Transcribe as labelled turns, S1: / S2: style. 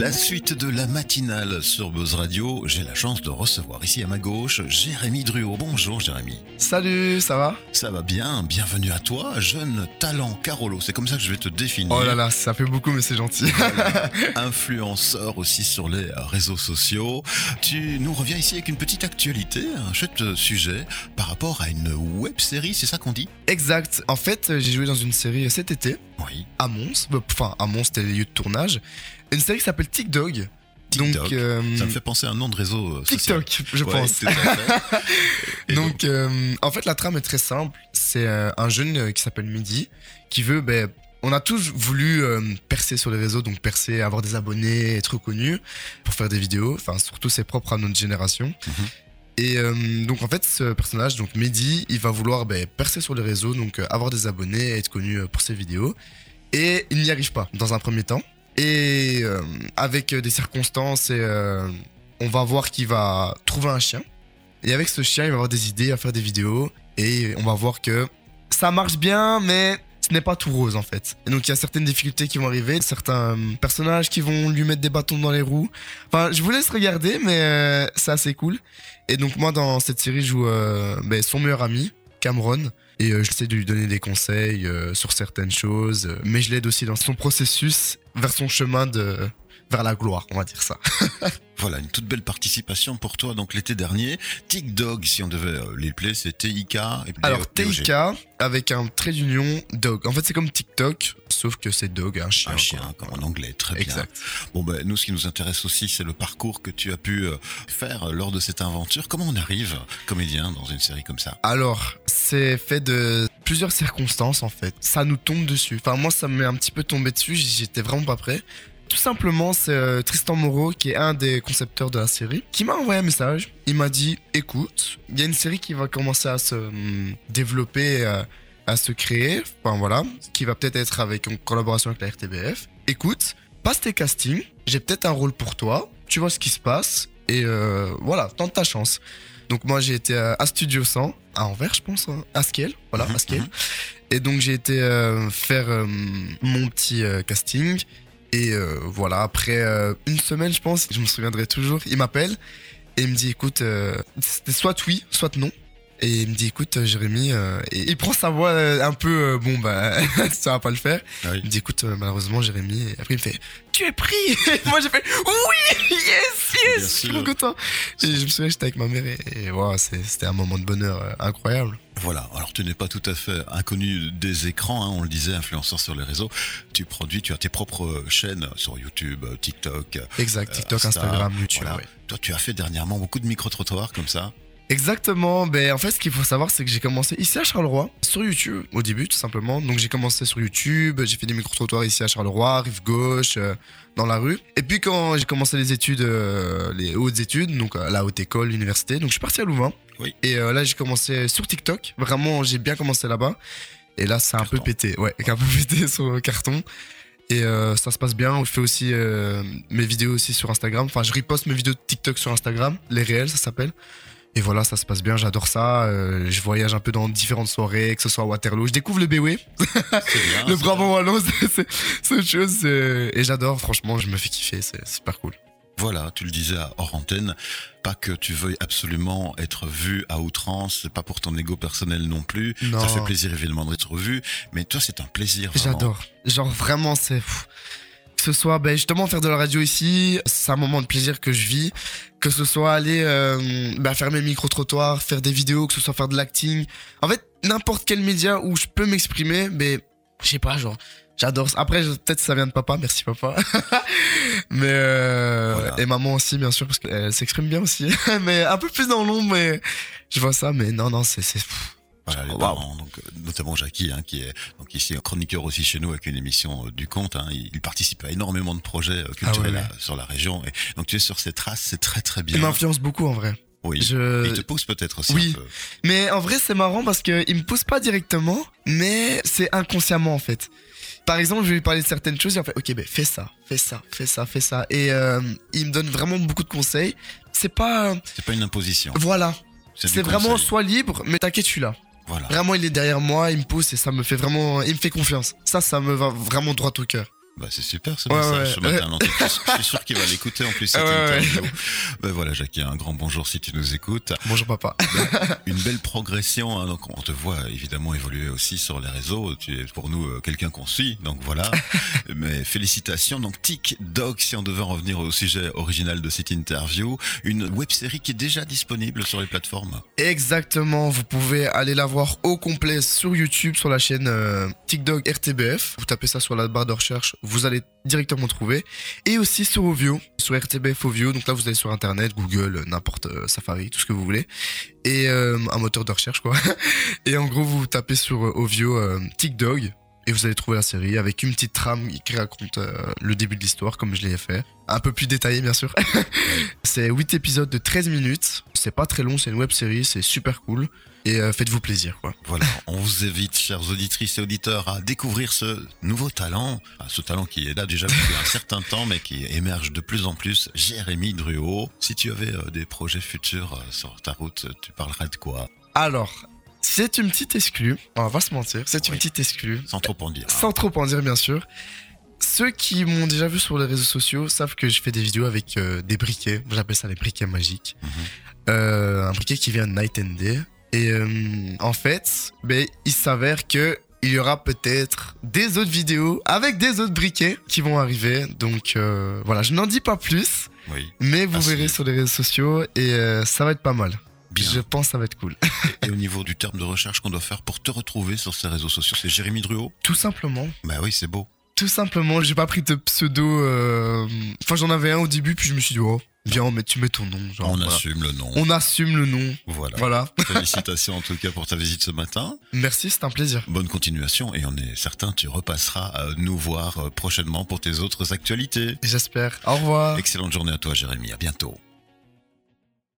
S1: La suite de la matinale sur Buzz Radio, j'ai la chance de recevoir ici à ma gauche Jérémy Druot. Bonjour Jérémy.
S2: Salut, ça va ?
S1: Ça va bien, bienvenue à toi, jeune talent Carolo, c'est comme ça que je vais te définir.
S2: Oh là là, ça fait beaucoup mais c'est gentil.
S1: Voilà. Influenceur aussi sur les réseaux sociaux. Tu nous reviens ici avec une petite actualité, un chouette sujet par rapport à une web-série, c'est ça qu'on dit ?
S2: Exact, en fait j'ai joué dans une série cet été,
S1: Oui.
S2: à Mons, à Mons c'était les lieux de tournage, une série qui s'appelle TikTok.
S1: TikTok. Ça me fait penser à un nom de réseau social.
S2: TikTok, je
S1: Ouais,
S2: pense.
S1: tout à fait. Et
S2: Donc, en fait, la trame est très simple. C'est un jeune qui s'appelle Mehdi qui veut. On a tous voulu percer sur les réseaux, donc percer, avoir des abonnés, être reconnu pour faire des vidéos. Enfin, surtout, c'est propre à notre génération. Et donc, en fait, ce personnage, donc Mehdi, il va vouloir percer sur les réseaux, donc avoir des abonnés, être connu pour ses vidéos. Et il n'y arrive pas dans un premier temps. Et avec des circonstances, on va voir qu'il va trouver un chien. Et avec ce chien, il va avoir des idées à faire des vidéos. Et on va voir que ça marche bien, mais ce n'est pas tout rose en fait. Et donc il y a certaines difficultés qui vont arriver, certains personnages qui vont lui mettre des bâtons dans les roues. Enfin, je vous laisse regarder, mais c'est assez cool. Et donc moi, dans cette série, je joue son meilleur ami, Cameron. Et j'essaie de lui donner des conseils sur certaines choses. Mais je l'aide aussi dans son processus vers son chemin vers la gloire, on va dire ça.
S1: Voilà, une toute belle participation pour toi donc l'été dernier. TikDog, si on devait l'épeler, c'est TIK. Et puis
S2: Alors TIK avec un trait d'union dog. En fait, c'est comme TikTok, sauf que c'est dog, un chien.
S1: Un chien, comme en anglais, très bien.
S2: Exact.
S1: Bon, nous, ce qui nous intéresse aussi, c'est le parcours que tu as pu faire lors de cette aventure. Comment on arrive comédien dans une série comme ça ?
S2: Alors, c'est fait de plusieurs circonstances en fait. Ça nous tombe dessus. Enfin, moi, ça m'est un petit peu tombé dessus. J'étais vraiment pas prêt. Tout simplement, c'est Tristan Moreau, qui est un des concepteurs de la série, qui m'a envoyé un message. Il m'a dit, écoute, il y a une série qui va commencer à se développer, à se créer, enfin voilà, qui va peut-être être avec une collaboration avec la RTBF. Écoute, passe tes castings, j'ai peut-être un rôle pour toi, tu vois ce qui se passe, et voilà, tente ta chance. Donc moi, j'ai été à Studio 100, à Anvers, je pense, hein, à Scale, voilà, à Scale. Et donc j'ai été faire mon petit casting. Et voilà, après une semaine, je pense, je me souviendrai toujours, il m'appelle et il me dit, écoute, c'était soit oui, soit non. Et il me dit, écoute, Jérémy, et il prend sa voix un peu, ça va pas le faire.
S1: Ah oui.
S2: Il me dit, écoute, malheureusement, Jérémy, et après il me fait, tu es pris. Et moi j'ai fait, oui, yes,
S1: Bien
S2: je suis trop
S1: sûr.
S2: content. Et je me souviens, j'étais avec ma mère et voilà, c'était un moment de bonheur incroyable.
S1: Voilà, alors tu n'es pas tout à fait inconnu des écrans, hein, on le disait, influenceur sur les réseaux. Tu as tes propres chaînes sur YouTube, TikTok.
S2: Exact, TikTok,
S1: Insta,
S2: Instagram, YouTube,
S1: voilà.
S2: ouais.
S1: Toi, tu as fait dernièrement beaucoup de micro-trottoirs comme ça.
S2: Exactement, en fait ce qu'il faut savoir c'est que j'ai commencé ici à Charleroi, sur YouTube au début tout simplement. Donc j'ai commencé sur YouTube, j'ai fait des micro-trottoirs ici à Charleroi, rive gauche, dans la rue. Et puis quand j'ai commencé les études, les hautes études, donc la haute école, l'université, donc je suis parti à Louvain.
S1: Oui.
S2: Et là j'ai commencé sur TikTok, vraiment j'ai bien commencé là-bas. Et là c'est un peu pété, un peu pété sur le carton. Et ça se passe bien, je fais aussi mes vidéos aussi sur Instagram, enfin je reposte mes vidéos de TikTok sur Instagram, les réels ça s'appelle. Et voilà, ça se passe bien, j'adore ça. Je voyage un peu dans différentes soirées, que ce soit à Waterloo. Je découvre le BW,
S1: C'est bien.
S2: le Brabant Wallon, c'est autre chose. Et j'adore, franchement, je me fais kiffer, c'est super cool.
S1: Voilà, tu le disais hors antenne, pas que tu veuilles absolument être vu à outrance, c'est pas pour ton ego personnel non plus.
S2: Non.
S1: Ça fait plaisir évidemment d'être vu, mais toi c'est un plaisir vraiment.
S2: J'adore. Genre vraiment, c'est... Que ce soit justement faire de la radio ici, c'est un moment de plaisir que je vis. Que ce soit aller faire mes micro-trottoirs, faire des vidéos, que ce soit faire de l'acting. En fait, n'importe quel média où je peux m'exprimer, je sais pas, genre, j'adore ça. Après, peut-être ça vient de papa, merci papa. Mais
S1: Voilà.
S2: et maman aussi, bien sûr, parce qu'elle s'exprime bien aussi. Mais un peu plus dans l'ombre, mais je vois ça, mais non, c'est
S1: Voilà, les
S2: Wow.
S1: parents, donc, notamment Jackie, hein, qui est donc ici un chroniqueur aussi chez nous avec une émission du Compte. Hein, il participe à énormément de projets culturels
S2: Ah ouais.
S1: sur la région. Et donc tu es sur ces traces, c'est très très bien.
S2: Il m'influence beaucoup en vrai.
S1: Oui.
S2: Je-
S1: Et il te pousse peut-être aussi
S2: Oui.
S1: un peu.
S2: Mais en vrai, c'est marrant parce qu'il me pousse pas directement, mais c'est inconsciemment en fait. Par exemple, je vais lui parler de certaines choses et en fait, ok, fais ça, fais ça, fais ça, fais ça. Et il me donne vraiment beaucoup de conseils. C'est pas.
S1: C'est pas une imposition.
S2: Voilà.
S1: C'est du
S2: C'est vraiment
S1: conseil.
S2: sois libre, mais t'inquiète, je suis là.
S1: Voilà.
S2: Vraiment, il est derrière moi, il me pousse et ça me fait vraiment. Il me fait confiance. Ça me va vraiment droit au cœur.
S1: Bah c'est super ce
S2: Ouais,
S1: message
S2: ouais.
S1: ce matin. Non, je suis sûr qu'il va l'écouter en plus cette
S2: Ouais, ouais.
S1: interview. Ben voilà Jackie, un grand bonjour si tu nous écoutes.
S2: Bonjour papa.
S1: Une belle progression, hein, donc on te voit évidemment évoluer aussi sur les réseaux. Tu es pour nous quelqu'un qu'on suit, donc voilà. Mais félicitations. Donc TikDog, si on devait en revenir au sujet original de cette interview, une web-série qui est déjà disponible sur les plateformes.
S2: Exactement, vous pouvez aller la voir au complet sur YouTube, sur la chaîne TikDog RTBF. Vous tapez ça sur la barre de recherche, vous allez directement trouver. Et aussi sur Ovio, sur RTBF Ovio. Donc là, vous allez sur Internet, Google, n'importe, Safari, tout ce que vous voulez. Et un moteur de recherche, quoi. Et en gros, vous tapez sur Ovio TikDog. Et vous allez trouver la série avec une petite trame qui raconte le début de l'histoire, comme je l'ai fait. Un peu plus détaillé, bien sûr. C'est 8 épisodes de 13 minutes. C'est pas très long, c'est une web série, c'est super cool. Et faites-vous plaisir, quoi.
S1: Voilà, on vous invite, chers auditrices et auditeurs, à découvrir ce nouveau talent. Ce talent qui est là déjà depuis un certain temps, mais qui émerge de plus en plus. Jérémy Druot. Si tu avais des projets futurs sur ta route, tu parlerais de quoi?
S2: Alors, c'est une petite exclue. On va pas se mentir, c'est une petite exclue.
S1: Sans trop en dire. Hein.
S2: Sans trop en dire, bien sûr. Ceux qui m'ont déjà vu sur les réseaux sociaux savent que je fais des vidéos avec des briquets. J'appelle ça les briquets magiques. Un briquet qui vient de Night and Day. Et en fait, il s'avère que il y aura peut-être des autres vidéos avec des autres briquets qui vont arriver. Donc voilà, je n'en dis pas plus.
S1: Oui.
S2: Mais vous verrez sur les réseaux sociaux et ça va être pas mal.
S1: Bien.
S2: Je pense que ça va être cool.
S1: Et au niveau du terme de recherche qu'on doit faire pour te retrouver sur ces réseaux sociaux, c'est Jérémy Druot?
S2: Tout simplement.
S1: Bah oui, c'est beau.
S2: Tout simplement, j'ai pas pris de pseudo. Enfin, j'en avais un au début, puis je me suis dit, oh, viens, tu mets ton nom. Genre,
S1: On
S2: voilà.
S1: assume le nom.
S2: On assume le nom.
S1: Voilà. Félicitations en tout cas pour ta visite ce matin.
S2: Merci, c'est un plaisir.
S1: Bonne continuation et on est certain tu repasseras nous voir prochainement pour tes autres actualités.
S2: J'espère. Au revoir.
S1: Excellente journée à toi Jérémy, à bientôt.